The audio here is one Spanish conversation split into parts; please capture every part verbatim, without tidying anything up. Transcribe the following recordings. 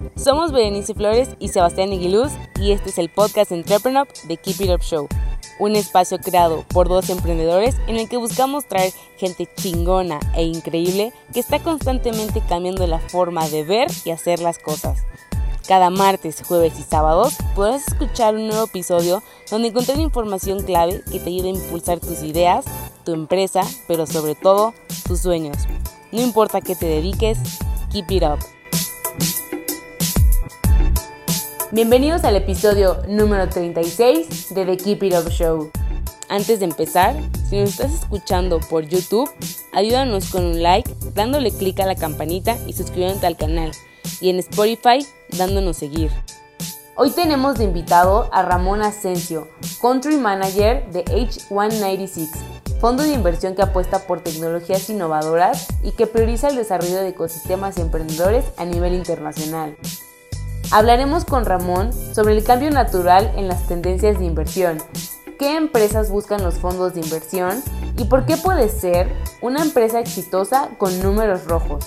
Somos Berenice Flores y Sebastián Iguiluz y este es el podcast Entrepreneur de Keep It Up Show, un espacio creado por dos emprendedores en el que buscamos traer gente chingona e increíble que está constantemente cambiando la forma de ver y hacer las cosas. Cada martes, jueves y sábados podrás escuchar un nuevo episodio donde encontrar información clave que te ayude a impulsar tus ideas, tu empresa, pero sobre todo tus sueños. No importa qué te dediques, keep it up. Bienvenidos al episodio número treinta y seis de The Keep It Up Show. Antes de empezar, si nos estás escuchando por YouTube, ayúdanos con un like, dándole clic a la campanita y suscribiéndote al canal. Y en Spotify, dándonos seguir. Hoy tenemos de invitado a Ramón Asensio, Country Manager de H ciento noventa y seis, fondo de inversión que apuesta por tecnologías innovadoras y que prioriza el desarrollo de ecosistemas emprendedores a nivel internacional. Hablaremos con Ramón sobre el cambio natural en las tendencias de inversión, qué empresas buscan los fondos de inversión y por qué puede ser una empresa exitosa con números rojos.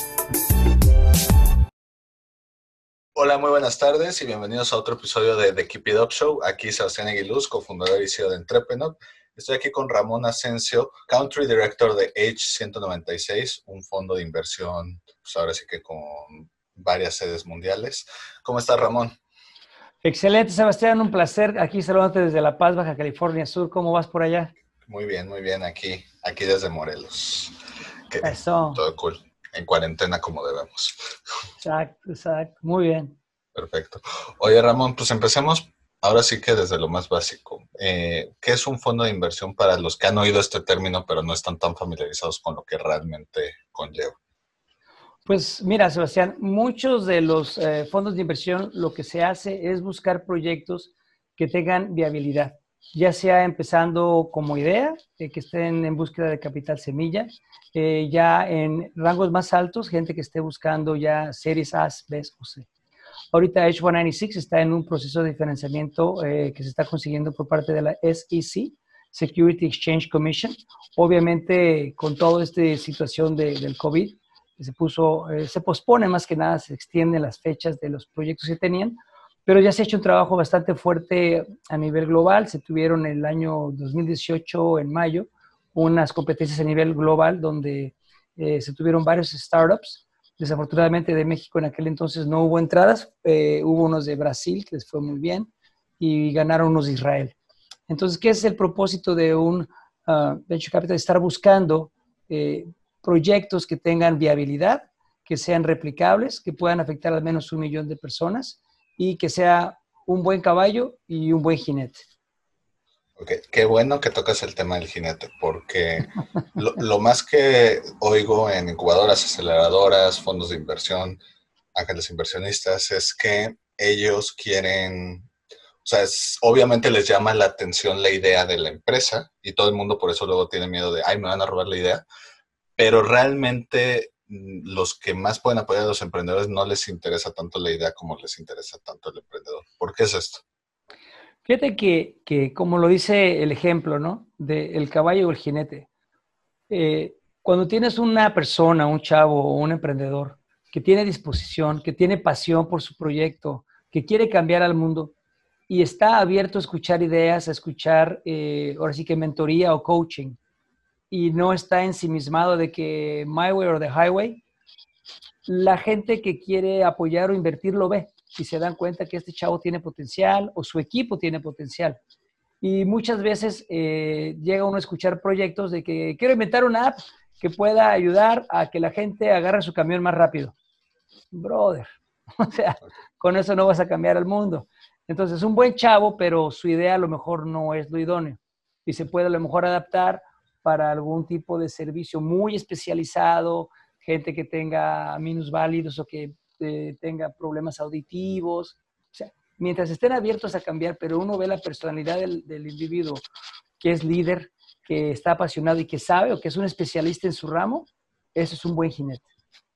Hola, muy buenas tardes y bienvenidos a otro episodio de The Keep It Up Show. Aquí Sebastián Iguiluz, cofundador y C E O de Entrepreneur. Estoy aquí con Ramón Asensio, Country Director de H ciento noventa y seis, un fondo de inversión, pues ahora sí que con varias sedes mundiales. ¿Cómo estás, Ramón? Excelente, Sebastián, un placer. Aquí saludándote desde La Paz, Baja California Sur. ¿Cómo vas por allá? Muy bien, muy bien. Aquí, aquí desde Morelos. Que, Eso. Todo cool. En cuarentena como debemos. Exacto, exacto. Muy bien. Perfecto. Oye, Ramón, pues empecemos ahora sí que desde lo más básico. Eh, ¿Qué es un fondo de inversión para los que han oído este término pero no están tan familiarizados con lo que realmente conlleva? Pues mira, Sebastián, muchos de los eh, fondos de inversión lo que se hace es buscar proyectos que tengan viabilidad, ya sea empezando como idea, eh, que estén en búsqueda de capital semilla, eh, ya en rangos más altos, gente que esté buscando ya series A, B o C. Ahorita H ciento noventa y seis está en un proceso de financiamiento eh, que se está consiguiendo por parte de la S E C, Security Exchange Commission. Obviamente, con toda esta situación de, del COVID, se puso, eh, se pospone más que nada, se extienden las fechas de los proyectos que tenían, pero ya se ha hecho un trabajo bastante fuerte a nivel global. Se tuvieron el año dos mil dieciocho, en mayo, unas competencias a nivel global donde eh, se tuvieron varios startups. Desafortunadamente de México en aquel entonces no hubo entradas, eh, hubo unos de Brasil que les fue muy bien y ganaron unos de Israel. Entonces, ¿qué es el propósito de un uh, Venture Capital? Estar buscando eh, proyectos que tengan viabilidad, que sean replicables, que puedan afectar al menos un millón de personas y que sea un buen caballo y un buen jinete. Okay. Qué bueno que tocas el tema del jinete, porque lo, lo más que oigo en incubadoras, aceleradoras, fondos de inversión, ángeles inversionistas, es que ellos quieren, o sea, es, obviamente les llama la atención la idea de la empresa y todo el mundo por eso luego tiene miedo de, ay, me van a robar la idea, pero realmente los que más pueden apoyar a los emprendedores no les interesa tanto la idea como les interesa tanto el emprendedor. ¿Por qué es esto? Fíjate que, que como lo dice el ejemplo, ¿no? De el caballo o el jinete. Eh, cuando tienes una persona, un chavo o un emprendedor que tiene disposición, que tiene pasión por su proyecto, que quiere cambiar al mundo y está abierto a escuchar ideas, a escuchar, eh, ahora sí que mentoría o coaching, y no está ensimismado de que my way or the highway, la gente que quiere apoyar o invertir lo ve y se dan cuenta que este chavo tiene potencial o su equipo tiene potencial. Y muchas veces eh, llega uno a escuchar proyectos de que quiero inventar una app que pueda ayudar a que la gente agarre su camión más rápido. Brother, o sea, con eso no vas a cambiar al mundo. Entonces, un buen chavo, pero su idea a lo mejor no es lo idóneo y se puede a lo mejor adaptar para algún tipo de servicio muy especializado, gente que tenga minusválidos o que eh, tenga problemas auditivos. O sea, mientras estén abiertos a cambiar, pero uno ve la personalidad del, del individuo que es líder, que está apasionado y que sabe o que es un especialista en su ramo, eso es un buen jinete.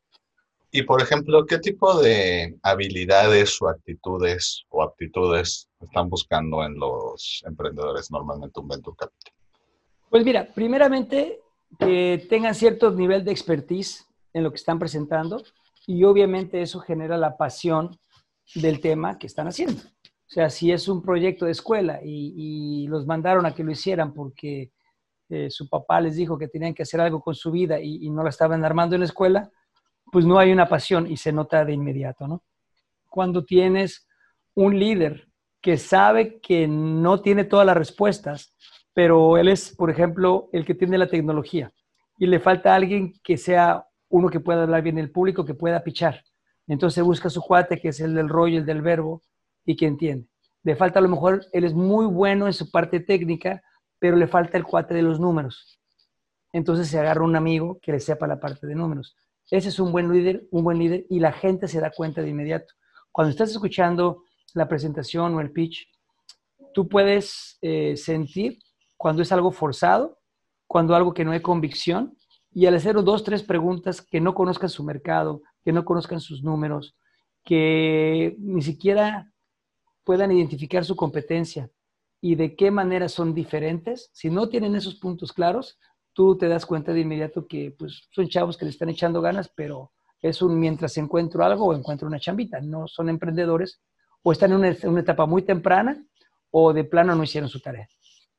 Y, por ejemplo, ¿qué tipo de habilidades o actitudes o aptitudes están buscando en los emprendedores normalmente un Venture Capital? Pues mira, primeramente que tengan cierto nivel de expertise en lo que están presentando, y obviamente eso genera la pasión del tema que están haciendo. O sea, si es un proyecto de escuela y, y los mandaron a que lo hicieran porque eh, su papá les dijo que tenían que hacer algo con su vida y, y no la estaban armando en la escuela, pues no hay una pasión y se nota de inmediato, ¿no? Cuando tienes un líder que sabe que no tiene todas las respuestas, pero él es, por ejemplo, el que tiene la tecnología y le falta alguien que sea uno que pueda hablar bien el público, que pueda pichar. Entonces busca a su cuate, que es el del rollo, el del verbo, y que entiende. Le falta a lo mejor, él es muy bueno en su parte técnica, pero le falta el cuate de los números. Entonces se agarra un amigo que le sepa la parte de números. Ese es un buen líder, un buen líder, y la gente se da cuenta de inmediato. Cuando estás escuchando la presentación o el pitch, tú puedes eh, sentir cuando es algo forzado, cuando algo que no hay convicción, y al hacer dos, tres preguntas que no conozcan su mercado, que no conozcan sus números, que ni siquiera puedan identificar su competencia y de qué manera son diferentes, si no tienen esos puntos claros, tú te das cuenta de inmediato que pues, son chavos que le están echando ganas, pero es un mientras encuentro algo o encuentro una chambita, no son emprendedores o están en una, en una etapa muy temprana o de plano no hicieron su tarea.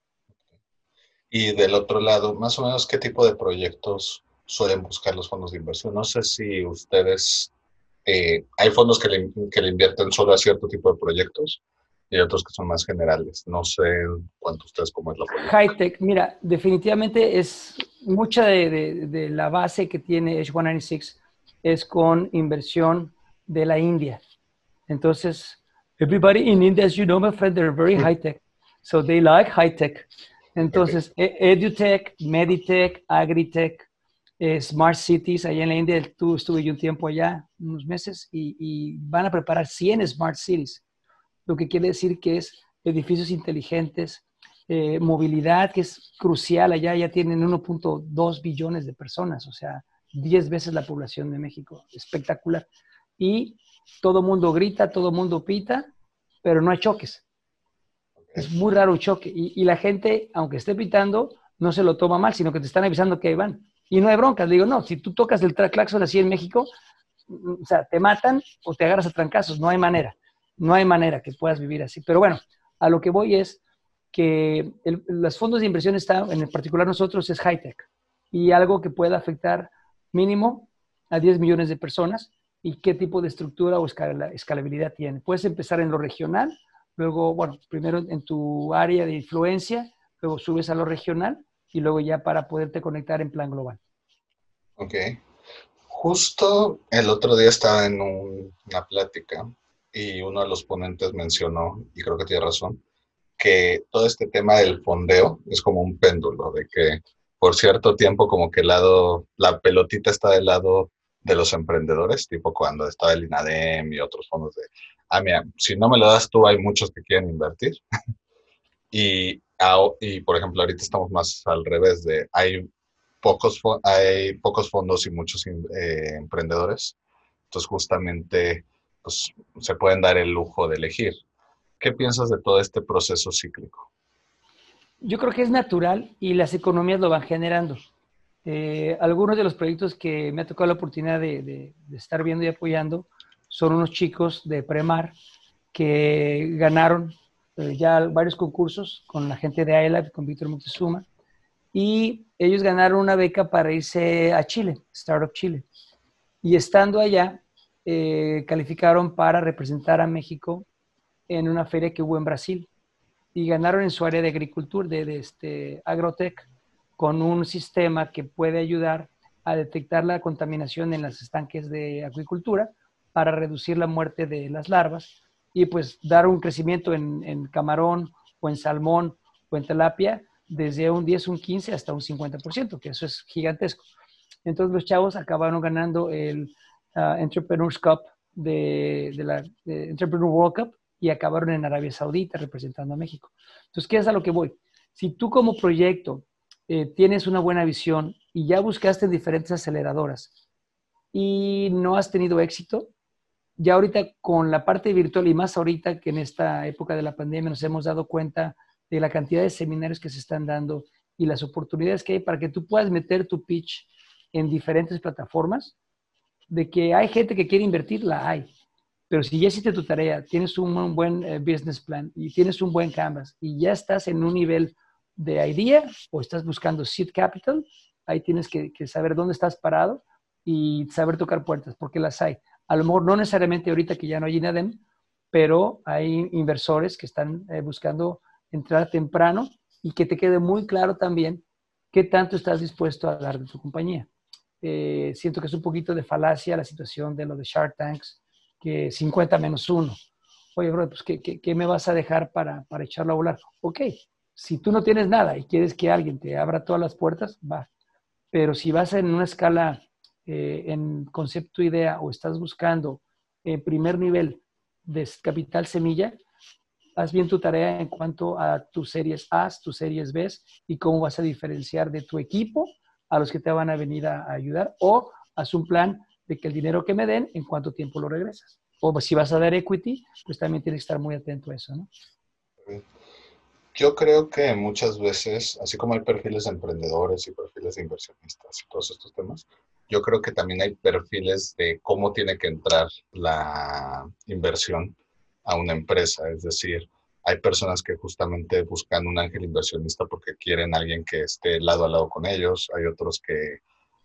Y del otro lado, más o menos, ¿qué tipo de proyectos suelen buscar los fondos de inversión? No sé si ustedes, eh, hay fondos que le, que le invierten solo a cierto tipo de proyectos y hay otros que son más generales. No sé cuánto ustedes cómo es la política. High tech, mira, definitivamente es mucha de, de, de la base que tiene H ciento noventa y seis es con inversión de la India. Entonces, everybody in India, as you know, my friend, they're very high tech. So they like high tech. Entonces, okay. EduTech, Meditech, Agritech, eh, Smart Cities, allá en la India, tú, estuve yo un tiempo allá, unos meses, y, y van a preparar cien Smart Cities, lo que quiere decir que es edificios inteligentes, eh, movilidad, que es crucial, allá ya tienen uno punto dos billones de personas, o sea, diez veces la población de México, espectacular. Y todo mundo grita, todo mundo pita, pero no hay choques. Es muy raro un choque. Y, y la gente, aunque esté pitando, no se lo toma mal, sino que te están avisando que ahí van. Y no hay broncas. Le digo, no, si tú tocas el claxon así en México, o sea, te matan o te agarras a trancazos. No hay manera. No hay manera que puedas vivir así. Pero bueno, a lo que voy es que el, los fondos de inversión están, en particular nosotros, es high-tech. Y algo que pueda afectar mínimo a diez millones de personas y qué tipo de estructura o escala, escalabilidad tiene. Puedes empezar en lo regional, luego, bueno, primero en tu área de influencia, luego subes a lo regional y luego ya para poderte conectar en plan global. Ok. Justo el otro día estaba en un, una plática y uno de los ponentes mencionó, y creo que tiene razón, que todo este tema del fondeo es como un péndulo, de que por cierto tiempo como que el lado, la pelotita está del lado de los emprendedores, tipo cuando estaba el INADEM y otros fondos de, ah, mira, si no me lo das tú, hay muchos que quieren invertir. y, y, por ejemplo, ahorita estamos más al revés de, hay pocos, hay pocos fondos y muchos eh, emprendedores. Entonces, justamente, pues, se pueden dar el lujo de elegir. ¿Qué piensas de todo este proceso cíclico? Yo creo que es natural y las economías lo van generando. Eh, algunos de los proyectos que me ha tocado la oportunidad de, de, de estar viendo y apoyando son unos chicos de Premar que ganaron eh, ya varios concursos con la gente de iLife, con Víctor Montezuma, y ellos ganaron una beca para irse a Chile, Startup Chile. Y estando allá, eh, calificaron para representar a México en una feria que hubo en Brasil. Y ganaron en su área de agricultura, de, de este, agrotech, con un sistema que puede ayudar a detectar la contaminación en los estanques de acuicultura para reducir la muerte de las larvas y pues dar un crecimiento en, en camarón o en salmón o en tilapia desde un diez, un quince hasta un cincuenta por ciento, que eso es gigantesco. Entonces los chavos acabaron ganando el uh, Entrepreneurs Cup de, de la de Entrepreneur World Cup y acabaron en Arabia Saudita representando a México. Entonces, ¿qué es a lo que voy? Si tú como proyecto eh, tienes una buena visión y ya buscaste diferentes aceleradoras y no has tenido éxito, ya ahorita con la parte virtual y más ahorita que en esta época de la pandemia nos hemos dado cuenta de la cantidad de seminarios que se están dando y las oportunidades que hay para que tú puedas meter tu pitch en diferentes plataformas, de que hay gente que quiere invertir, la hay. Pero si ya hiciste tu tarea, tienes un, un buen uh, business plan y tienes un buen canvas y ya estás en un nivel de idea o estás buscando seed capital, ahí tienes que, que saber dónde estás parado y saber tocar puertas, porque las hay. A lo mejor no necesariamente ahorita que ya no hay INADEM, pero hay inversores que están eh, buscando entrar temprano y que te quede muy claro también qué tanto estás dispuesto a dar de tu compañía. Eh, siento que es un poquito de falacia la situación de lo de Shark Tanks, que cincuenta menos uno. Oye, bro, pues ¿qué, qué, qué me vas a dejar para, para echarlo a volar? Ok, si tú no tienes nada y quieres que alguien te abra todas las puertas, va. Pero si vas en una escala, eh, en concepto idea o estás buscando en primer nivel de capital semilla, haz bien tu tarea en cuanto a tus series A, tus series B y cómo vas a diferenciar de tu equipo a los que te van a venir a, a ayudar, o haz un plan de que el dinero que me den, en cuánto tiempo lo regresas. O si vas a dar equity, pues también tienes que estar muy atento a eso, ¿no? Yo creo que muchas veces, así como hay perfiles de emprendedores y perfiles de inversionistas y todos estos temas, yo creo que también hay perfiles de cómo tiene que entrar la inversión a una empresa. Es decir, hay personas que justamente buscan un ángel inversionista porque quieren a alguien que esté lado a lado con ellos. Hay otros que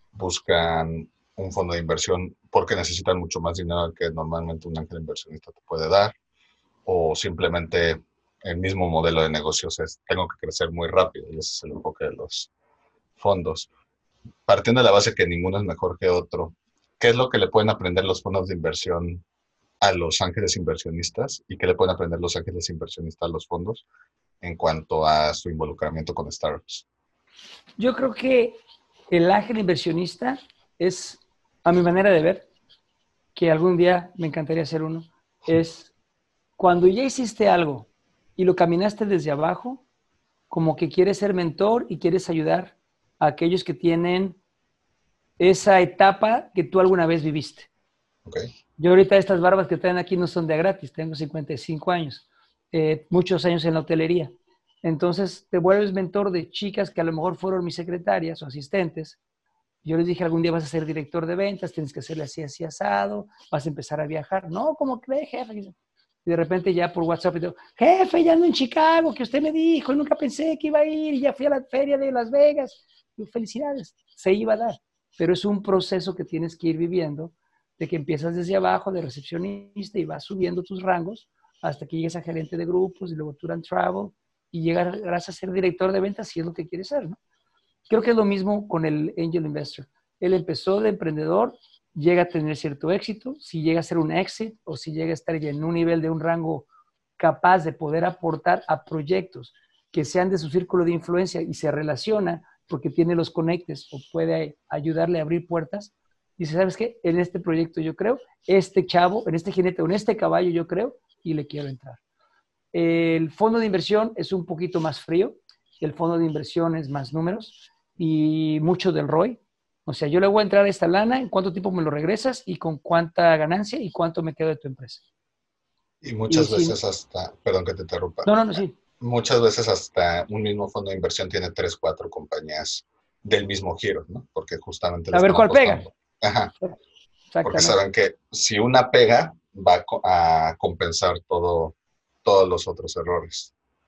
buscan un fondo de inversión porque necesitan mucho más dinero que normalmente un ángel inversionista te puede dar, o simplemente el mismo modelo de negocios es, tengo que crecer muy rápido, y ese es el enfoque de los fondos. Partiendo de la base que ninguno es mejor que otro, ¿qué es lo que le pueden aprender los fondos de inversión a los ángeles inversionistas y qué le pueden aprender los ángeles inversionistas a los fondos en cuanto a su involucramiento con startups? Yo creo que el ángel inversionista es, a mi manera de ver, que algún día me encantaría ser uno, es cuando ya hiciste algo y lo caminaste desde abajo, como que quieres ser mentor y quieres ayudar a aquellos que tienen esa etapa que tú alguna vez viviste. Okay. Yo ahorita estas barbas que traen aquí no son de gratis, tengo cincuenta y cinco años, eh, muchos años en la hotelería. Entonces te vuelves mentor de chicas que a lo mejor fueron mis secretarias o asistentes. Yo les dije, algún día vas a ser director de ventas, tienes que hacerle así, así, asado, vas a empezar a viajar. No, ¿cómo cree, jefe? Y de repente ya por WhatsApp, digo, jefe, ya ando en Chicago, que usted me dijo, y nunca pensé que iba a ir, y ya fui a la feria de Las Vegas. Y felicidades, se iba a dar. Pero es un proceso que tienes que ir viviendo, de que empiezas desde abajo, de recepcionista, y vas subiendo tus rangos hasta que llegues a gerente de grupos, y luego tour and travel, y llegarás a ser director de ventas si es lo que quieres ser, ¿no? Creo que es lo mismo con el Angel Investor. Él empezó de emprendedor, llega a tener cierto éxito, si llega a ser un exit o si llega a estar en un nivel de un rango capaz de poder aportar a proyectos que sean de su círculo de influencia y se relaciona porque tiene los conectes o puede ayudarle a abrir puertas, dice, ¿sabes qué? En este proyecto yo creo, este chavo, en este jinete o en este caballo yo creo y le quiero entrar. El fondo de inversión es un poquito más frío, el fondo de inversión es más números y mucho del R O I. O sea, yo le voy a entrar a esta lana, ¿en cuánto tiempo me lo regresas y con cuánta ganancia y cuánto me quedo de tu empresa? Y muchas y veces si... hasta, perdón que te interrumpa, No, no, no, sí. Muchas veces hasta un mismo fondo de inversión tiene tres, cuatro compañías del mismo giro, ¿no? Porque justamente le A ver están cuál pega. apostando. Ajá. Porque Exactamente. saben que si una pega, va a compensar todo, todos los otros errores.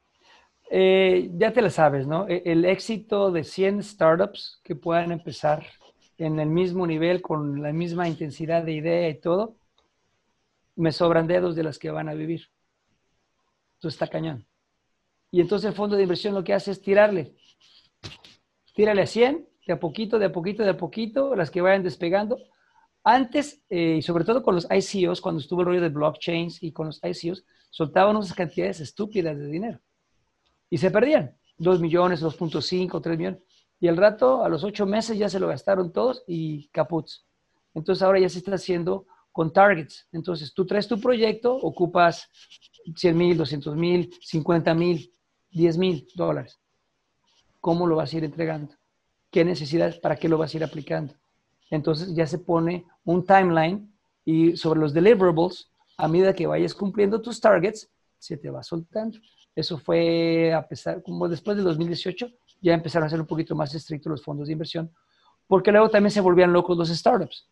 Eh, ya te la sabes, ¿no? El éxito de cien startups que puedan empezar en el mismo nivel, con la misma intensidad de idea y todo, me sobran dedos de las que van a vivir. Entonces está cañón. Y entonces el fondo de inversión lo que hace es tirarle. Tírale a cien, de a poquito, de a poquito, de a poquito, las que vayan despegando. Antes, eh, y sobre todo con los I C Os, cuando estuvo el rollo de blockchains y con los I C Os, soltaban unas cantidades estúpidas de dinero. Y se perdían. dos millones, dos punto cinco, tres millones. Y al rato, a los ocho meses, ya se lo gastaron todos y caputs. Entonces ahora ya se está haciendo con targets. Entonces tú traes tu proyecto, ocupas cien mil, doscientos mil, cincuenta mil, diez mil dólares. ¿Cómo lo vas a ir entregando? ¿Qué necesidades? ¿Para qué lo vas a ir aplicando? Entonces ya se pone un timeline y sobre los deliverables, a medida que vayas cumpliendo tus targets, se te va soltando. Eso fue a pesar, como después del dos mil dieciocho, ya empezaron a ser un poquito más estrictos los fondos de inversión, porque luego también se volvían locos los startups.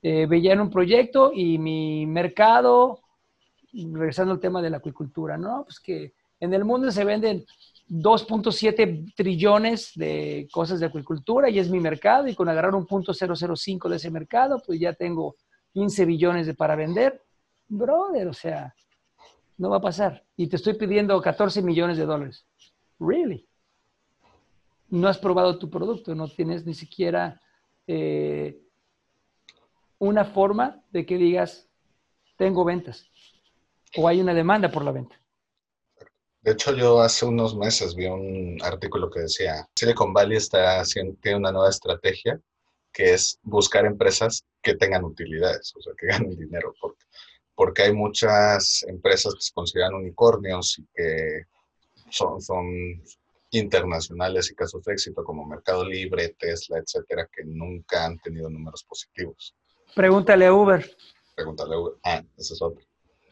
eh, veían un proyecto y mi mercado, regresando al tema de la acuicultura, ¿no? Pues que en el mundo se venden dos punto siete trillones de cosas de acuicultura y es mi mercado, y con agarrar un punto cero cero cinco de ese mercado, pues ya tengo quince billones de para vender. Brother, o sea, no va a pasar. Y te estoy pidiendo catorce millones de dólares. Really? No has probado tu producto, no tienes ni siquiera eh, una forma de que digas, tengo ventas, o hay una demanda por la venta. De hecho, yo hace unos meses vi un artículo que decía, Silicon Valley está haciendo, tiene una nueva estrategia que es buscar empresas que tengan utilidades, o sea, que ganen dinero, porque, porque hay muchas empresas que se consideran unicornios y que son, son internacionales y casos de éxito como Mercado Libre, Tesla, etcétera, que nunca han tenido números positivos. Pregúntale a Uber. Pregúntale a Uber. Ah, ese es otro.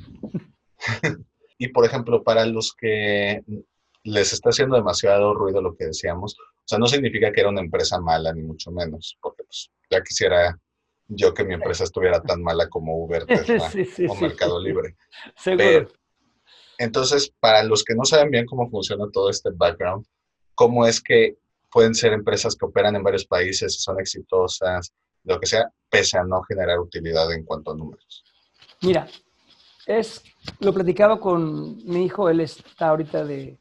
Y, por ejemplo, para los que les está haciendo demasiado ruido lo que decíamos, o sea, no significa que era una empresa mala, ni mucho menos, porque pues, ya quisiera yo que mi empresa estuviera tan mala como Uber, Tesla sí, sí, o sí, Mercado sí. Libre. Seguro. Pero, entonces, para los que no saben bien cómo funciona todo este background, ¿cómo es que pueden ser empresas que operan en varios países y son exitosas, lo que sea, pese a no generar utilidad en cuanto a números? Mira, es, lo platicaba con mi hijo, él está ahorita de,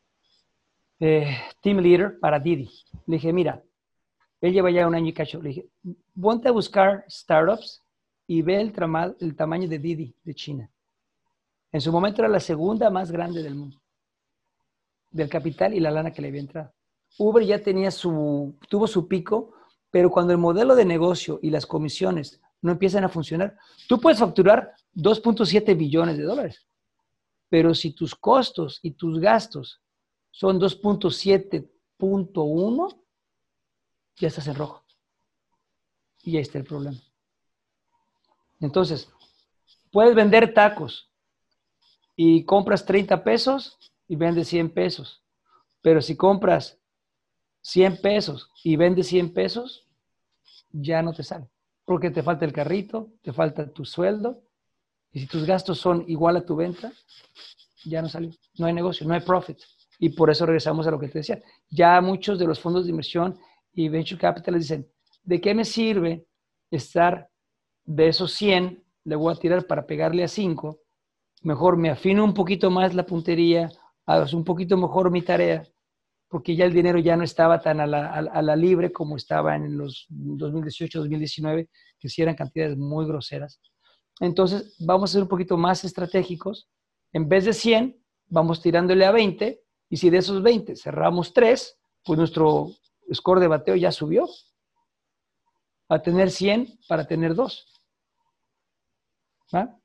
de team leader para Didi. Le dije, mira, él lleva ya un año y cacho. Le dije, ponte a buscar startups y ve el, trama, el tamaño de Didi de China. En su momento era la segunda más grande del mundo, del capital y la lana que le había entrado. Uber ya tenía su, tuvo su pico, pero cuando el modelo de negocio y las comisiones no empiezan a funcionar, tú puedes facturar dos punto siete billones de dólares, pero si tus costos y tus gastos son dos punto siete punto uno, ya estás en rojo. Y ahí está el problema. Entonces, puedes vender tacos y compras treinta pesos y vendes cien pesos. Pero si compras cien pesos y vendes cien pesos, ya no te sale. Porque te falta el carrito, te falta tu sueldo. Y si tus gastos son igual a tu venta, ya no salió. No hay negocio, no hay profit. Y por eso regresamos a lo que te decía. Ya muchos de los fondos de inversión y venture capital dicen, ¿de qué me sirve estar de esos cien, le voy a tirar para pegarle a cinco? Mejor me afino un poquito más la puntería, hago un poquito mejor mi tarea, porque ya el dinero ya no estaba tan a la, a, a la libre como estaba en los dos mil dieciocho, dos mil diecinueve, que sí eran cantidades muy groseras. Entonces, vamos a ser un poquito más estratégicos. En vez de cien, vamos tirándole a veinte, y si de esos veinte cerramos tres, pues nuestro score de bateo ya subió a tener cien para tener dos. ¿Ah?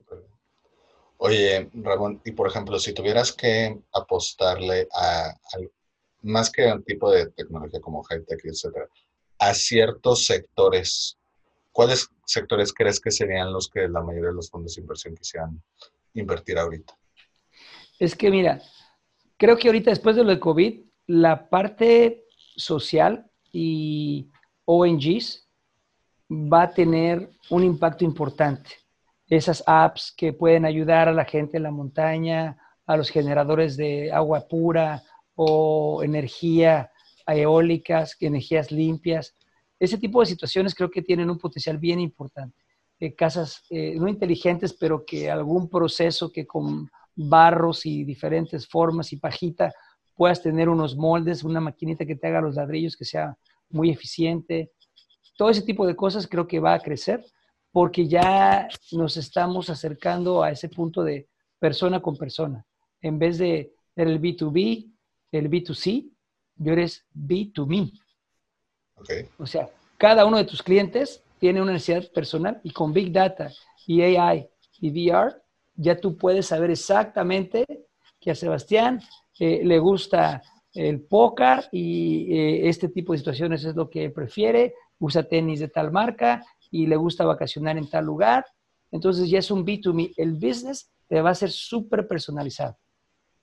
Oye, Ramón, y por ejemplo, si tuvieras que apostarle a, a más que a un tipo de tecnología como high-tech, etcétera, a ciertos sectores, ¿cuáles sectores crees que serían los que la mayoría de los fondos de inversión quisieran invertir ahorita? Es que mira, creo que ahorita después de lo de COVID, la parte social y O N Gs va a tener un impacto importante. Esas apps que pueden ayudar a la gente en la montaña, a los generadores de agua pura o energía eólicas, energías limpias. Ese tipo de situaciones creo que tienen un potencial bien importante. Eh, casas eh, no inteligentes, pero que algún proceso que con barros y diferentes formas y pajita puedas tener unos moldes, una maquinita que te haga los ladrillos que sea muy eficiente. Todo ese tipo de cosas creo que va a crecer porque ya nos estamos acercando a ese punto de persona con persona. En vez de ser el B dos B, el B dos C, yo eres B dos Me. Okay. O sea, cada uno de tus clientes tiene una necesidad personal y con Big Data y A I y V R ya tú puedes saber exactamente que a Sebastián eh, le gusta el póker y eh, este tipo de situaciones es lo que prefiere, usa tenis de tal marca y le gusta vacacionar en tal lugar. Entonces ya es un B dos Me. El business te va a ser súper personalizado.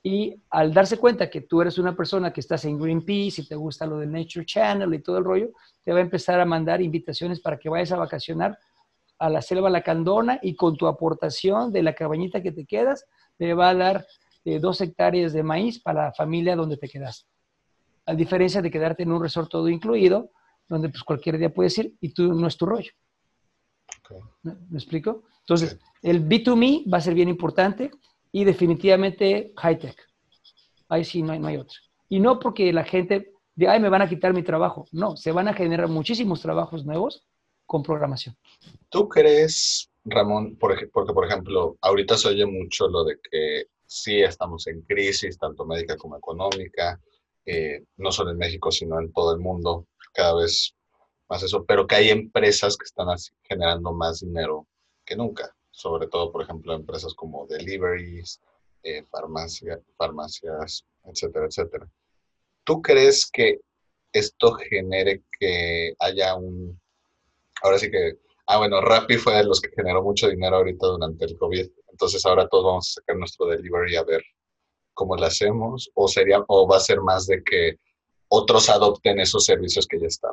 Y al darse cuenta que tú eres una persona que estás en Greenpeace y te gusta lo del Nature Channel y todo el rollo, te va a empezar a mandar invitaciones para que vayas a vacacionar a la selva lacandona y con tu aportación de la cabañita que te quedas, te va a dar eh, dos hectáreas de maíz para la familia donde te quedas. A diferencia de quedarte en un resort todo incluido, donde pues cualquier día puedes ir y tú no es tu rollo. Okay. ¿Me, ¿Me explico? Entonces, Sí. el B dos Me va a ser bien importante y definitivamente high-tech. Ahí sí, no hay, no hay otra. Y no porque la gente diga, ay, me van a quitar mi trabajo. No, se van a generar muchísimos trabajos nuevos con programación. ¿Tú crees, Ramón, por ej- porque por ejemplo, ahorita se oye mucho lo de que sí estamos en crisis, tanto médica como económica, eh, no solo en México, sino en todo el mundo, cada vez más eso, pero que hay empresas que están así generando más dinero que nunca, sobre todo, por ejemplo, empresas como deliveries, eh, farmacia, farmacias, etcétera, etcétera. ¿Tú crees que esto genere que haya un, ahora sí que, ah, bueno, Rappi fue de los que generó mucho dinero ahorita durante el COVID, entonces ahora todos vamos a sacar nuestro delivery a ver cómo lo hacemos, o sería, o va a ser más de que otros adopten esos servicios que ya están?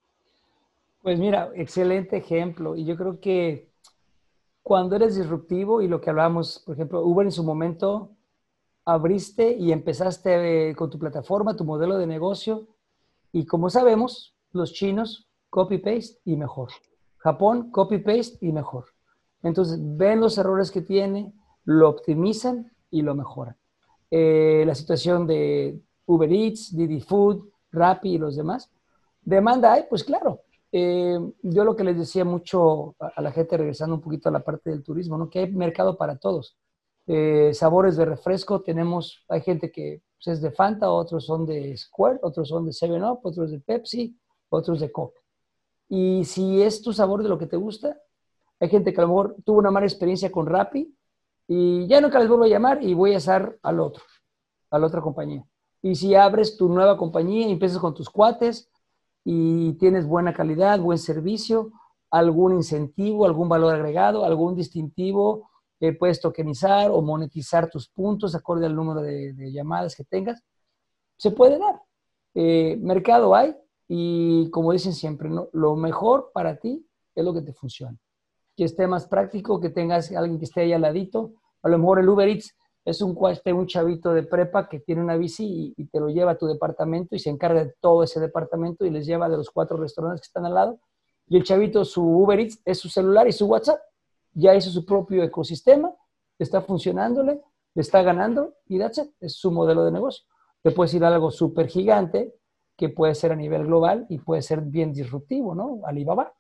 Pues mira, excelente ejemplo. Y yo creo que cuando eres disruptivo y lo que hablábamos, por ejemplo, Uber en su momento, abriste y empezaste eh, con tu plataforma, tu modelo de negocio. Y como sabemos, los chinos, copy-paste y mejor. Japón, copy-paste y mejor. Entonces, ven los errores que tiene, lo optimizan y lo mejoran. Eh, la situación de Uber Eats, Didi Food, Rappi y los demás. ¿Demanda hay? Pues claro. Eh, yo lo que les decía mucho a, a la gente, regresando un poquito a la parte del turismo, ¿no? Que hay mercado para todos. Eh, sabores de refresco, tenemos, hay gente que pues, es de Fanta, otros son de Squirt, otros son de seven up, otros de Pepsi, otros de Coke. Y si es tu sabor de lo que te gusta, hay gente que a lo mejor tuvo una mala experiencia con Rappi y ya nunca les vuelvo a llamar y voy a hacer al otro, a la otra compañía. Y si abres tu nueva compañía y empiezas con tus cuates y tienes buena calidad, buen servicio, algún incentivo, algún valor agregado, algún distintivo, eh, puedes tokenizar o monetizar tus puntos acorde al número de, de llamadas que tengas, se puede dar. Eh, mercado hay y como dicen siempre, ¿no? Lo mejor para ti es lo que te funciona. Que esté más práctico, que tengas alguien que esté ahí al ladito. A lo mejor el Uber Eats es un, un chavito de prepa que tiene una bici y, y te lo lleva a tu departamento y se encarga de todo ese departamento y les lleva de los cuatro restaurantes que están al lado. Y el chavito, su Uber Eats es su celular y su WhatsApp. Ya hizo su propio ecosistema, está funcionándole, le está ganando y that's it, es su modelo de negocio. Te puedes ir a algo súper gigante que puede ser a nivel global y puede ser bien disruptivo, ¿no? Alibaba.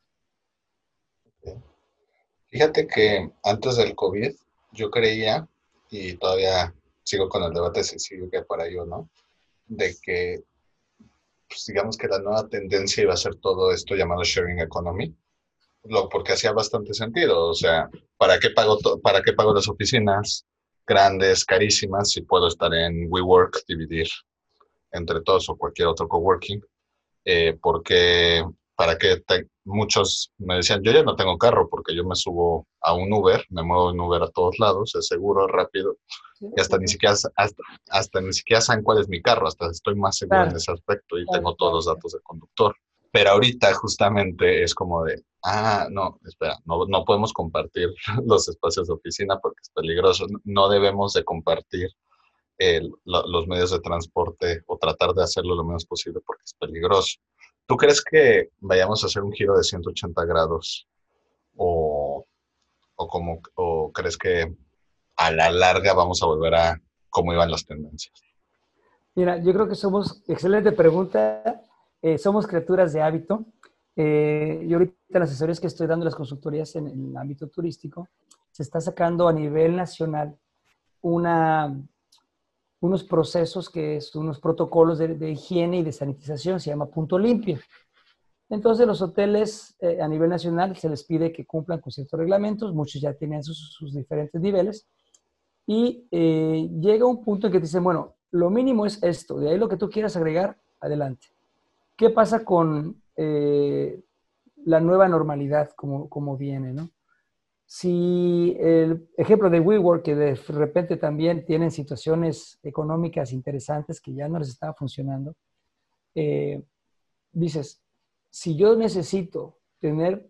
Fíjate que antes del COVID yo creía, y todavía sigo con el debate si sigue para ello o no, de que pues, digamos que la nueva tendencia iba a ser todo esto llamado sharing economy, lo, porque hacía bastante sentido. O sea, ¿para qué pago, to- para qué pago las oficinas grandes, carísimas, si puedo estar en WeWork, dividir entre todos o cualquier otro coworking? Eh, porque para que te- muchos me decían, yo ya no tengo carro porque yo me subo a un Uber, me muevo en Uber a todos lados, es seguro, rápido, Sí, y hasta sí, ni sí. siquiera, hasta, hasta ni siquiera saben cuál es mi carro, hasta estoy más seguro en Claro, ese aspecto y claro, tengo todos claro, los claro. datos del conductor. Pero ahorita justamente es como de, ah, no, espera, no, no podemos compartir los espacios de oficina porque es peligroso, no debemos de compartir el- lo- los medios de transporte o tratar de hacerlo lo menos posible porque es peligroso. ¿Tú crees que vayamos a hacer un giro de ciento ochenta grados o, o, como, o crees que a la larga vamos a volver a cómo iban las tendencias? Mira, yo creo que somos, excelente pregunta, eh, somos criaturas de hábito. Eh, yo ahorita en las asesorías que estoy dando, las consultorías en, en el ámbito turístico, se está sacando a nivel nacional una, unos procesos que son unos protocolos de, de higiene y de sanitización, se llama Punto Limpio. Entonces los hoteles eh, a nivel nacional se les pide que cumplan con ciertos reglamentos, muchos ya tienen sus, sus diferentes niveles, y eh, llega un punto en que te dicen, bueno, lo mínimo es esto, de ahí lo que tú quieras agregar, adelante. ¿Qué pasa con eh, la nueva normalidad como, como viene, ¿no? si el ejemplo de WeWork, que de repente también tienen situaciones económicas interesantes que ya no les estaba funcionando, eh, dices, si yo necesito tener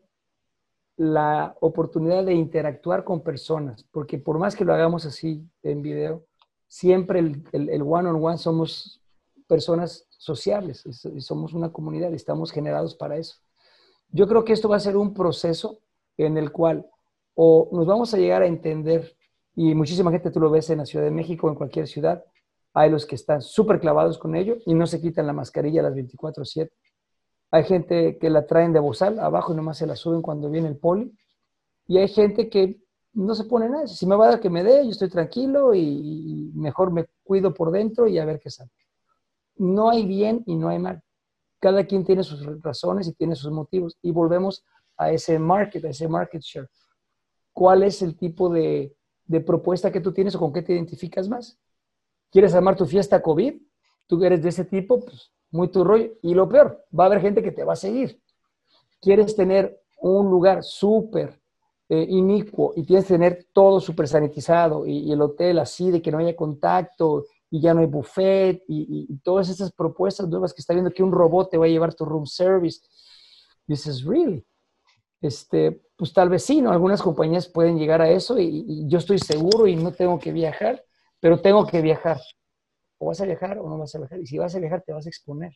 la oportunidad de interactuar con personas, porque por más que lo hagamos así en video, siempre el, el, el one-on-one somos personas sociables y somos una comunidad y estamos generados para eso. Yo creo que esto va a ser un proceso en el cual o nos vamos a llegar a entender, y muchísima gente tú lo ves en la Ciudad de México, en cualquier ciudad, hay los que están súper clavados con ello y no se quitan la mascarilla a las veinticuatro siete. Hay gente que la traen de bozal abajo y nomás se la suben cuando viene el poli. Y hay gente que no se pone nada. Si me va a dar que me dé, yo estoy tranquilo y, y mejor me cuido por dentro y a ver qué sale. No hay bien y no hay mal. Cada quien tiene sus razones y tiene sus motivos. Y volvemos a ese market, a ese market share. ¿Cuál es el tipo de, de propuesta que tú tienes o con qué te identificas más? ¿Quieres armar tu fiesta COVID? Tú eres de ese tipo, pues muy tu rollo. Y lo peor, va a haber gente que te va a seguir. ¿Quieres tener un lugar súper eh, inicuo y tienes que tener todo súper sanitizado y, y el hotel así de que no haya contacto y ya no hay buffet y, y, y todas esas propuestas nuevas que está viendo que un robot te va a llevar tu room service? Dices, really? Este, pues tal vez sí, ¿no? Algunas compañías pueden llegar a eso y, y yo estoy seguro y no tengo que viajar, pero tengo que viajar. O vas a viajar o no vas a viajar. Y si vas a viajar, te vas a exponer.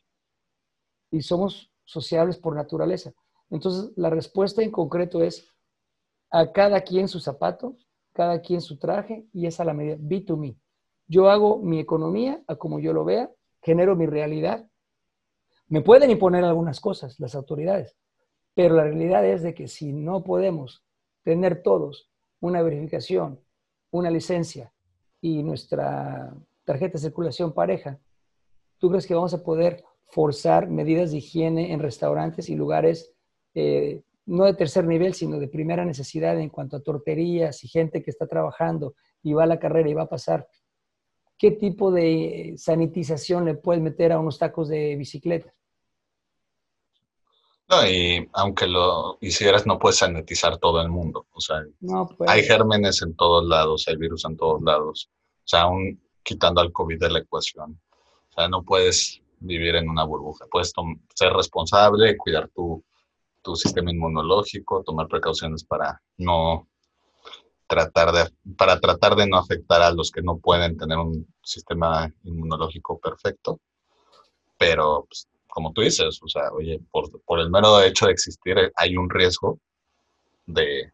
Y somos sociables por naturaleza. Entonces, la respuesta en concreto es a cada quien su zapato, cada quien su traje, y es a la medida, be to me. Yo hago mi economía a como yo lo vea, genero mi realidad. Me pueden imponer algunas cosas las autoridades, pero la realidad es de que si no podemos tener todos una verificación, una licencia y nuestra tarjeta de circulación pareja, ¿tú crees que vamos a poder forzar medidas de higiene en restaurantes y lugares eh, no de tercer nivel, sino de primera necesidad en cuanto a torterías y gente que está trabajando y va a la carrera y va a pasar? ¿Qué tipo de sanitización le puedes meter a unos tacos de bicicleta? No, y aunque lo hicieras, no puedes sanitizar todo el mundo. O sea, No hay puedes. gérmenes en todos lados, hay virus en todos lados. O sea, aún quitando al COVID de la ecuación. O sea, no puedes vivir en una burbuja. Puedes ser responsable, cuidar tu, tu sistema inmunológico, tomar precauciones para no tratar de, para tratar de no afectar a los que no pueden tener un sistema inmunológico perfecto. Pero, pues, como tú dices, o sea, oye, por, por el mero hecho de existir hay un riesgo de,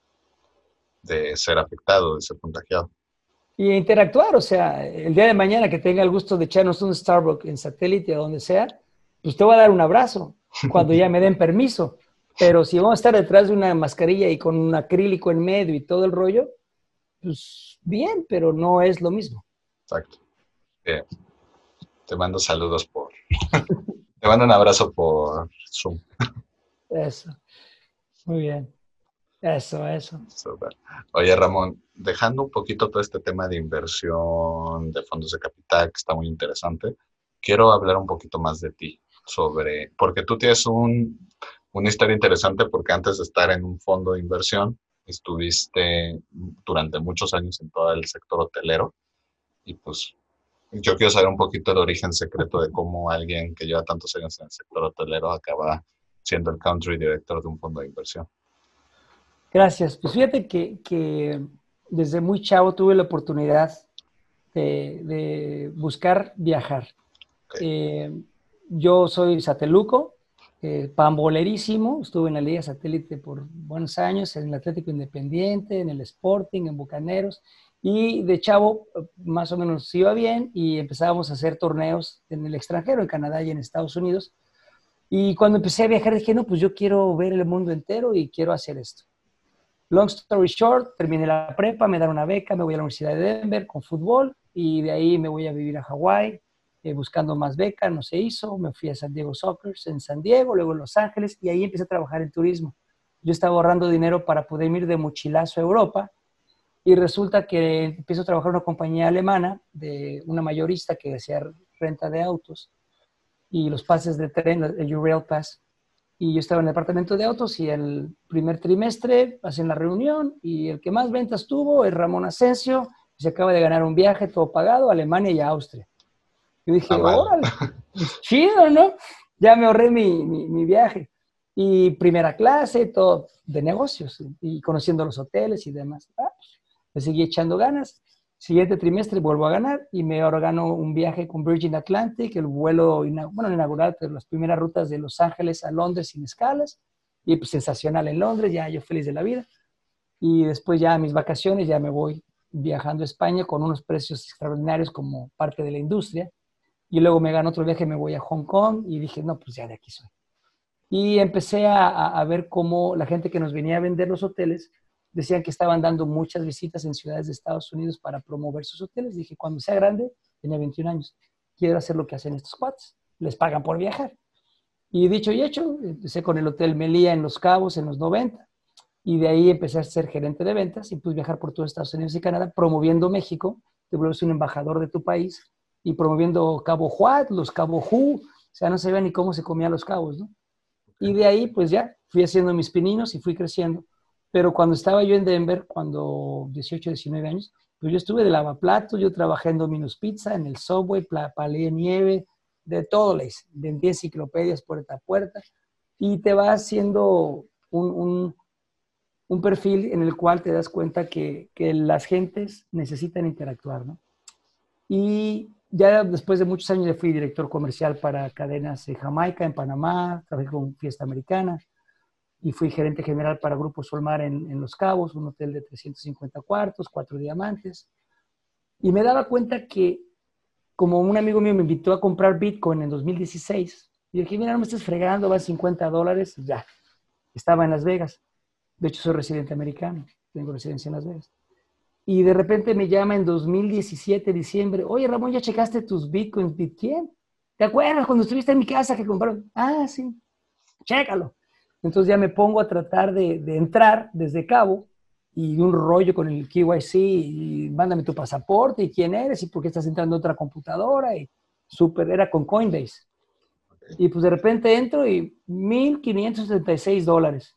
de ser afectado, de ser contagiado. Y interactuar, o sea, el día de mañana que tenga el gusto de echarnos un Starbucks en satélite o donde sea, pues te voy a dar un abrazo cuando ya me den permiso. Pero si vamos a estar detrás de una mascarilla y con un acrílico en medio y todo el rollo, pues bien, pero no es lo mismo. Exacto. Eh, te mando saludos por... te mando un abrazo por Zoom. Eso, muy bien. Eso, eso. Super. Oye, Ramón, dejando un poquito todo este tema de inversión, de fondos de capital, que está muy interesante, quiero hablar un poquito más de ti, sobre, porque tú tienes un, una historia interesante, porque antes de estar en un fondo de inversión, estuviste durante muchos años en todo el sector hotelero, y pues yo quiero saber un poquito el origen secreto de cómo alguien que lleva tantos años en el sector hotelero acaba siendo el country director de un fondo de inversión. Gracias. Pues fíjate que, que desde muy chavo tuve la oportunidad de, de buscar viajar. Okay. Eh, yo soy sateluco, eh, pambolerísimo, estuve en la Liga Satélite por buenos años, en el Atlético Independiente, en el Sporting, en Bucaneros, y de chavo más o menos iba bien y empezábamos a hacer torneos en el extranjero, en Canadá y en Estados Unidos. Y cuando empecé a viajar dije, no, pues yo quiero ver el mundo entero y quiero hacer esto. Long story short, terminé la prepa, me dan una beca, me voy a la Universidad de Denver con fútbol y de ahí me voy a vivir a Hawái, eh, buscando más becas, no se hizo, me fui a San Diego Sockers en San Diego, luego en Los Ángeles y ahí empecé a trabajar en turismo. Yo estaba ahorrando dinero para poder ir de mochilazo a Europa y resulta que empiezo a trabajar en una compañía alemana, de una mayorista que hacía renta de autos y los pases de tren, el U-Rail Pass. y yo estaba en el departamento de autos y el primer trimestre hacen la reunión y el que más ventas tuvo es Ramón Asensio, y se acaba de ganar un viaje todo pagado a Alemania y a Austria. Yo dije, órale, pues chido, ¿no? Ya me ahorré mi, mi, mi viaje. Y primera clase, todo de negocios, y conociendo los hoteles y demás. Ah, pues, me seguí echando ganas. Siguiente trimestre vuelvo a ganar y me ahora gano un viaje con Virgin Atlantic, el vuelo, bueno, inaugural, pero las primeras rutas de Los Ángeles a Londres sin escalas. Y pues sensacional en Londres, ya yo feliz de la vida. Y después ya a mis vacaciones ya me voy viajando a España con unos precios extraordinarios como parte de la industria. Y luego me gano otro viaje, me voy a Hong Kong y dije, no, pues ya de aquí soy. Y empecé a, a, a ver cómo la gente que nos venía a vender los hoteles decían que estaban dando muchas visitas en ciudades de Estados Unidos para promover sus hoteles. Dije, cuando sea grande, tenía veintiún años, quiero hacer lo que hacen estos cuates, les pagan por viajar. Y dicho y hecho, empecé con el Hotel Meliá en Los Cabos en los noventa, y de ahí empecé a ser gerente de ventas y pues viajar por todo Estados Unidos y Canadá, promoviendo México, te vuelves un embajador de tu país, y promoviendo Cabo Juat, los Cabo Hu, o sea, no sabía ni cómo se comían los cabos, ¿no? Y de ahí, pues ya, fui haciendo mis pininos y fui creciendo. Pero cuando estaba yo en Denver, cuando dieciocho, diecinueve años, pues yo estuve de lavaplatos, yo trabajé en Domino's Pizza, en el Subway, palé nieve, de todo le hice. Vendí enciclopedias puerta a puerta y te va haciendo un, un, un perfil en el cual te das cuenta que, que las gentes necesitan interactuar, ¿no? Y ya después de muchos años ya fui director comercial para cadenas de Jamaica, en Panamá, trabajé con Fiesta Americana y fui gerente general para Grupo Solmar en, en Los Cabos, un hotel de trescientos cincuenta cuartos, cuatro diamantes. Y me daba cuenta que, como un amigo mío me invitó a comprar Bitcoin en dos mil dieciséis, y dije, mira, no me estés fregando, va a cincuenta dólares, ya. Estaba en Las Vegas. De hecho, soy residente americano, tengo residencia en Las Vegas. Y de repente me llama en dos mil diecisiete, diciembre, oye, Ramón, ¿ya checaste tus bitcoins? ¿De quién? ¿Te acuerdas cuando estuviste en mi casa que compraron? Ah, sí, chécalo. Entonces ya me pongo a tratar de, de entrar desde Cabo y un rollo con el K Y C y mándame tu pasaporte y quién eres y por qué estás entrando a otra computadora. Y súper, era con Coinbase. Y pues de repente entro y mil quinientos setenta y seis dólares.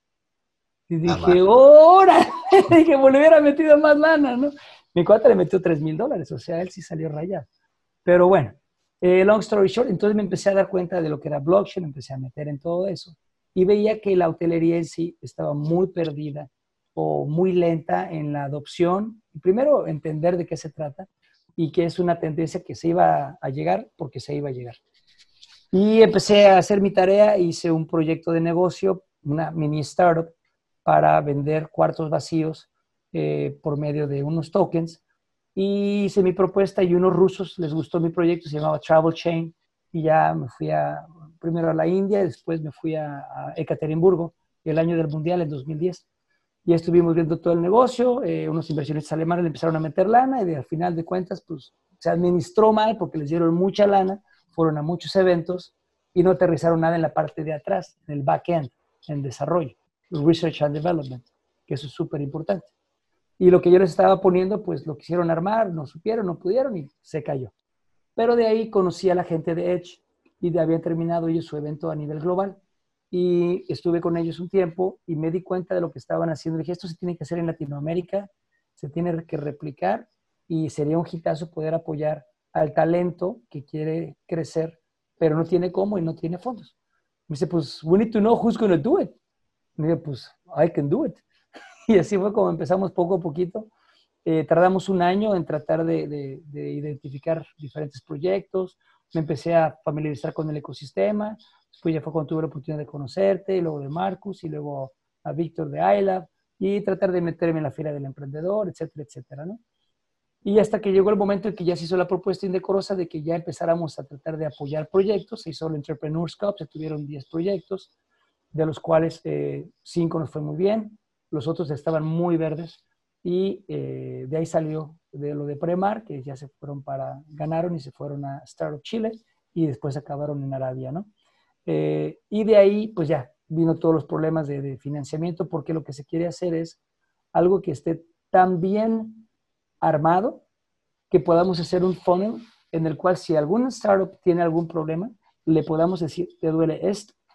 Y dije, ¡hora! Dije, pues le hubiera metido más lana, ¿no? Mi cuate le metió tres mil dólares, o sea, él sí salió rayado. Pero bueno, eh, long story short, entonces me empecé a dar cuenta de lo que era blockchain, empecé a meter en todo eso. Y veía que la hotelería en sí estaba muy perdida o muy lenta en la adopción. Primero, entender de qué se trata y que es una tendencia que se iba a llegar porque se iba a llegar. Y empecé a hacer mi tarea, hice un proyecto de negocio, una mini startup, para vender cuartos vacíos eh, por medio de unos tokens. Y hice mi propuesta y unos rusos les gustó mi proyecto, se llamaba Travel Chain. Y ya me fui a, primero a la India, después me fui a, a Ekaterimburgo, el año del Mundial, en dos mil diez. Y estuvimos viendo todo el negocio, eh, unos inversionistas alemanes le empezaron a meter lana y de, al final de cuentas, pues se administró mal porque les dieron mucha lana, fueron a muchos eventos y no aterrizaron nada en la parte de atrás, en el back-end, en desarrollo. Research and Development, que eso es súper importante. Y lo que yo les estaba poniendo, pues lo quisieron armar, no supieron, no pudieron y se cayó. Pero de ahí conocí a la gente de Edge y de habían terminado ellos su evento a nivel global. Y estuve con ellos un tiempo y me di cuenta de lo que estaban haciendo. Dije, esto se tiene que hacer en Latinoamérica, se tiene que replicar y sería un hitazo poder apoyar al talento que quiere crecer, pero no tiene cómo y no tiene fondos. Me dice, pues, we need to know who's going to do it. Me dije, pues, I can do it. Y así fue como empezamos poco a poquito. Eh, tardamos un año en tratar de, de, de identificar diferentes proyectos. Me empecé a familiarizar con el ecosistema. Después ya fue cuando tuve la oportunidad de conocerte, y luego de Marcus, y luego a Víctor de iLab, y tratar de meterme en la Feria del Emprendedor, etcétera, etcétera, ¿no? Y hasta que llegó el momento en que ya se hizo la propuesta indecorosa de que ya empezáramos a tratar de apoyar proyectos. Se hizo el Entrepreneurs Cup, se tuvieron diez proyectos, de los cuales eh, cinco nos fue muy bien, los otros estaban muy verdes, y eh, de ahí salió de lo de Premar, que ya se fueron para, ganaron y se fueron a Startup Chile, y después acabaron en Arabia, ¿no? Eh, y de ahí, pues ya, vino todos los problemas de, de financiamiento, porque lo que se quiere hacer es algo que esté tan bien armado, que podamos hacer un funnel en el cual si alguna startup tiene algún problema, le podamos decir, te duele esto,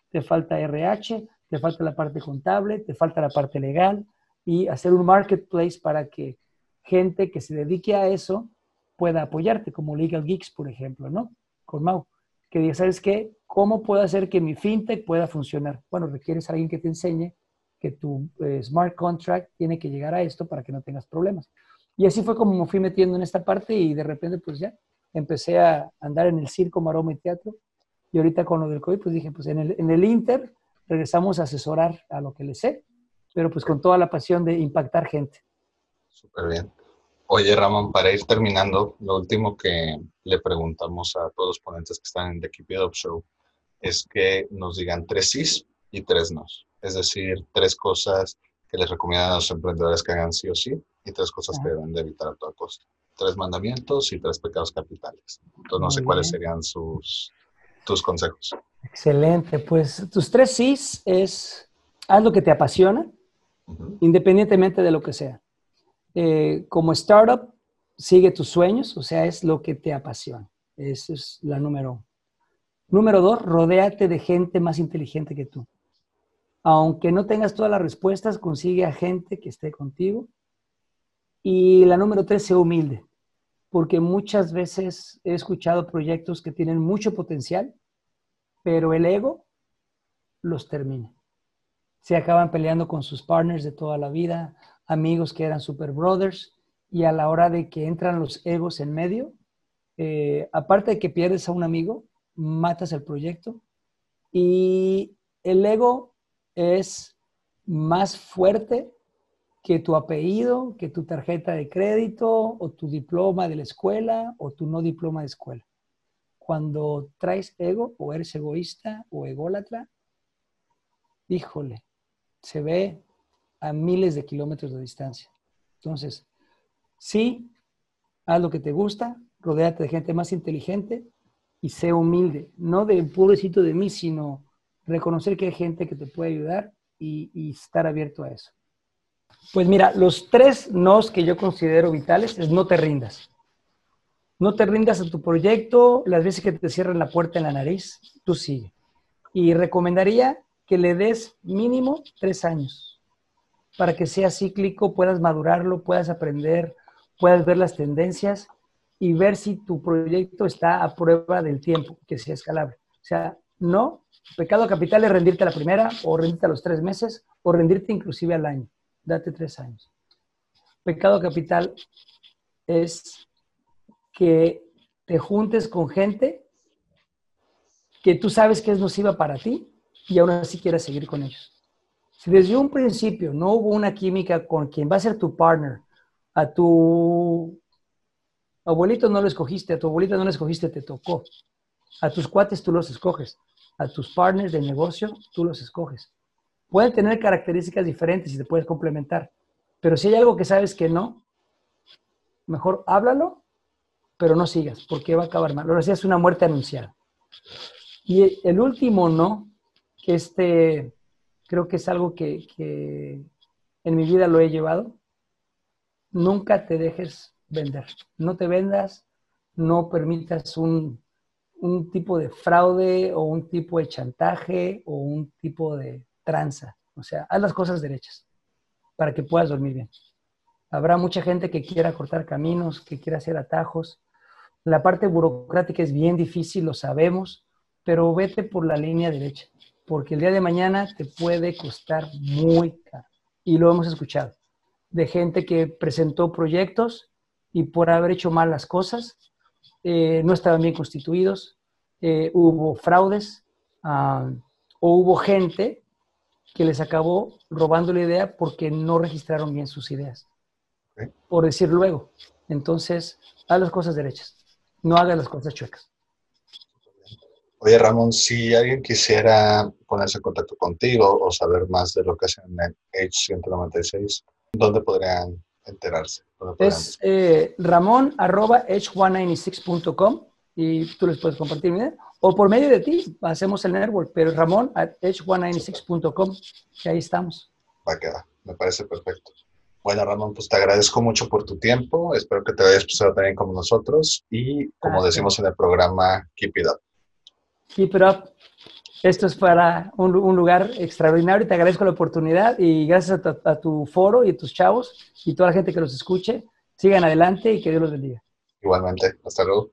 te falta R H, te falta la parte contable, te falta la parte legal y hacer un marketplace para que gente que se dedique a eso pueda apoyarte, como Legal Geeks, por ejemplo, ¿no? Con Mau, que diga, ¿sabes qué? ¿Cómo puedo hacer que mi fintech pueda funcionar? Bueno, requieres a alguien que te enseñe que tu eh, smart contract tiene que llegar a esto para que no tengas problemas. Y así fue como me fui metiendo en esta parte y de repente pues ya empecé a andar en el circo, maroma y teatro. Y ahorita con lo del COVID pues dije, pues en el, en el Inter regresamos a asesorar a lo que le sé, pero pues con toda la pasión de impactar gente. Súper bien. Oye, Ramón, para ir terminando, lo último que le preguntamos a todos los ponentes que están en The Keep It Up Show es que nos digan tres sís y tres nos. Es decir, tres cosas que les recomiendan a los emprendedores que hagan sí o sí y tres cosas que deben de evitar a toda costa. Tres mandamientos y tres pecados capitales. Entonces, no sé cuáles serían sus, tus consejos. Excelente. Pues tus tres sís es haz lo que te apasiona, uh-huh. independientemente de lo que sea. Eh, como startup, sigue tus sueños, o sea, es lo que te apasiona. Esa es la número uno. Número dos, rodéate de gente más inteligente que tú. Aunque no tengas todas las respuestas, consigue a gente que esté contigo. Y la número tres, sé humilde. Porque muchas veces he escuchado proyectos que tienen mucho potencial, pero el ego los termina. Se acaban peleando con sus partners de toda la vida, amigos que eran super brothers, y a la hora de que entran los egos en medio, eh, aparte de que pierdes a un amigo, matas el proyecto. Y el ego es más fuerte que tu apellido, que tu tarjeta de crédito, o tu diploma de la escuela, o tu no diploma de escuela. Cuando traes ego, o eres egoísta, o ególatra, híjole, se ve a miles de kilómetros de distancia. Entonces, sí, haz lo que te gusta, rodéate de gente más inteligente y sé humilde. No de pobrecito de mí, sino reconocer que hay gente que te puede ayudar y, y estar abierto a eso. Pues mira, los tres nos que yo considero vitales es no te rindas. No te rindas a tu proyecto, las veces que te cierran la puerta en la nariz, tú sigue. Y recomendaría que le des mínimo tres años para que sea cíclico, puedas madurarlo, puedas aprender, puedas ver las tendencias y ver si tu proyecto está a prueba del tiempo, que sea escalable. O sea, no, pecado capital es rendirte a la primera o rendirte a los tres meses o rendirte inclusive al año. Date tres años. Pecado capital es que te juntes con gente que tú sabes que es nociva para ti y aún así quieras seguir con ellos. Si desde un principio no hubo una química con quien va a ser tu partner, a tu abuelito no lo escogiste, a tu abuelita no lo escogiste, te tocó. A tus cuates tú los escoges, a tus partners de negocio tú los escoges. Pueden tener características diferentes y te puedes complementar, pero si hay algo que sabes que no, mejor háblalo, pero no sigas, porque va a acabar mal. Ahora sí es una muerte anunciada. Y el último no, que este creo que es algo que, que en mi vida lo he llevado, nunca te dejes vender. No te vendas, no permitas un, un tipo de fraude o un tipo de chantaje o un tipo de tranza. O sea, haz las cosas derechas para que puedas dormir bien. Habrá mucha gente que quiera cortar caminos, que quiera hacer atajos. La parte burocrática es bien difícil, lo sabemos, pero vete por la línea derecha, porque el día de mañana te puede costar muy caro. Y lo hemos escuchado, de gente que presentó proyectos y por haber hecho mal las cosas, eh, no estaban bien constituidos, eh, hubo fraudes, uh, o hubo gente que les acabó robando la idea porque no registraron bien sus ideas, ¿sí? Por decir luego. Entonces, haz las cosas derechas, no hagas las cosas chuecas. Oye, Ramón, si alguien quisiera ponerse en contacto contigo o saber más de lo que hacen en H ciento noventa y seis, ¿dónde podrían enterarse? ¿Dónde podrían es eh, ramón arroba h ciento noventa y seis punto com y tú les puedes compartir mi idea. O por medio de ti, hacemos el network, pero ramón at h ciento noventa y seis punto com, que ahí estamos. Va a quedar, me parece perfecto. Bueno, Ramón, pues te agradezco mucho por tu tiempo. Espero que te hayas pasado también como nosotros y, como decimos en el programa, keep it up. Keep it up. Esto es para un, un lugar extraordinario. Te agradezco la oportunidad y gracias a tu, a tu foro y a tus chavos y toda la gente que los escuche. Sigan adelante y que Dios los bendiga. Igualmente. Hasta luego.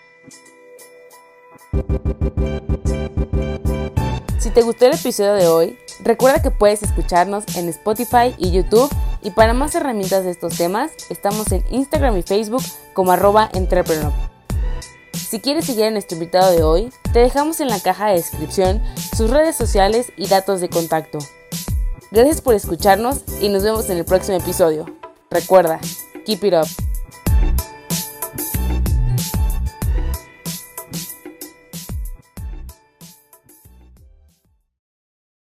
Si te gustó el episodio de hoy, recuerda que puedes escucharnos en Spotify y YouTube, y para más herramientas de estos temas, estamos en Instagram y Facebook como arroba entrepreneur. Si quieres seguir a nuestro invitado de hoy, te dejamos en la caja de descripción sus redes sociales y datos de contacto. Gracias por escucharnos y nos vemos en el próximo episodio. Recuerda, keep it up.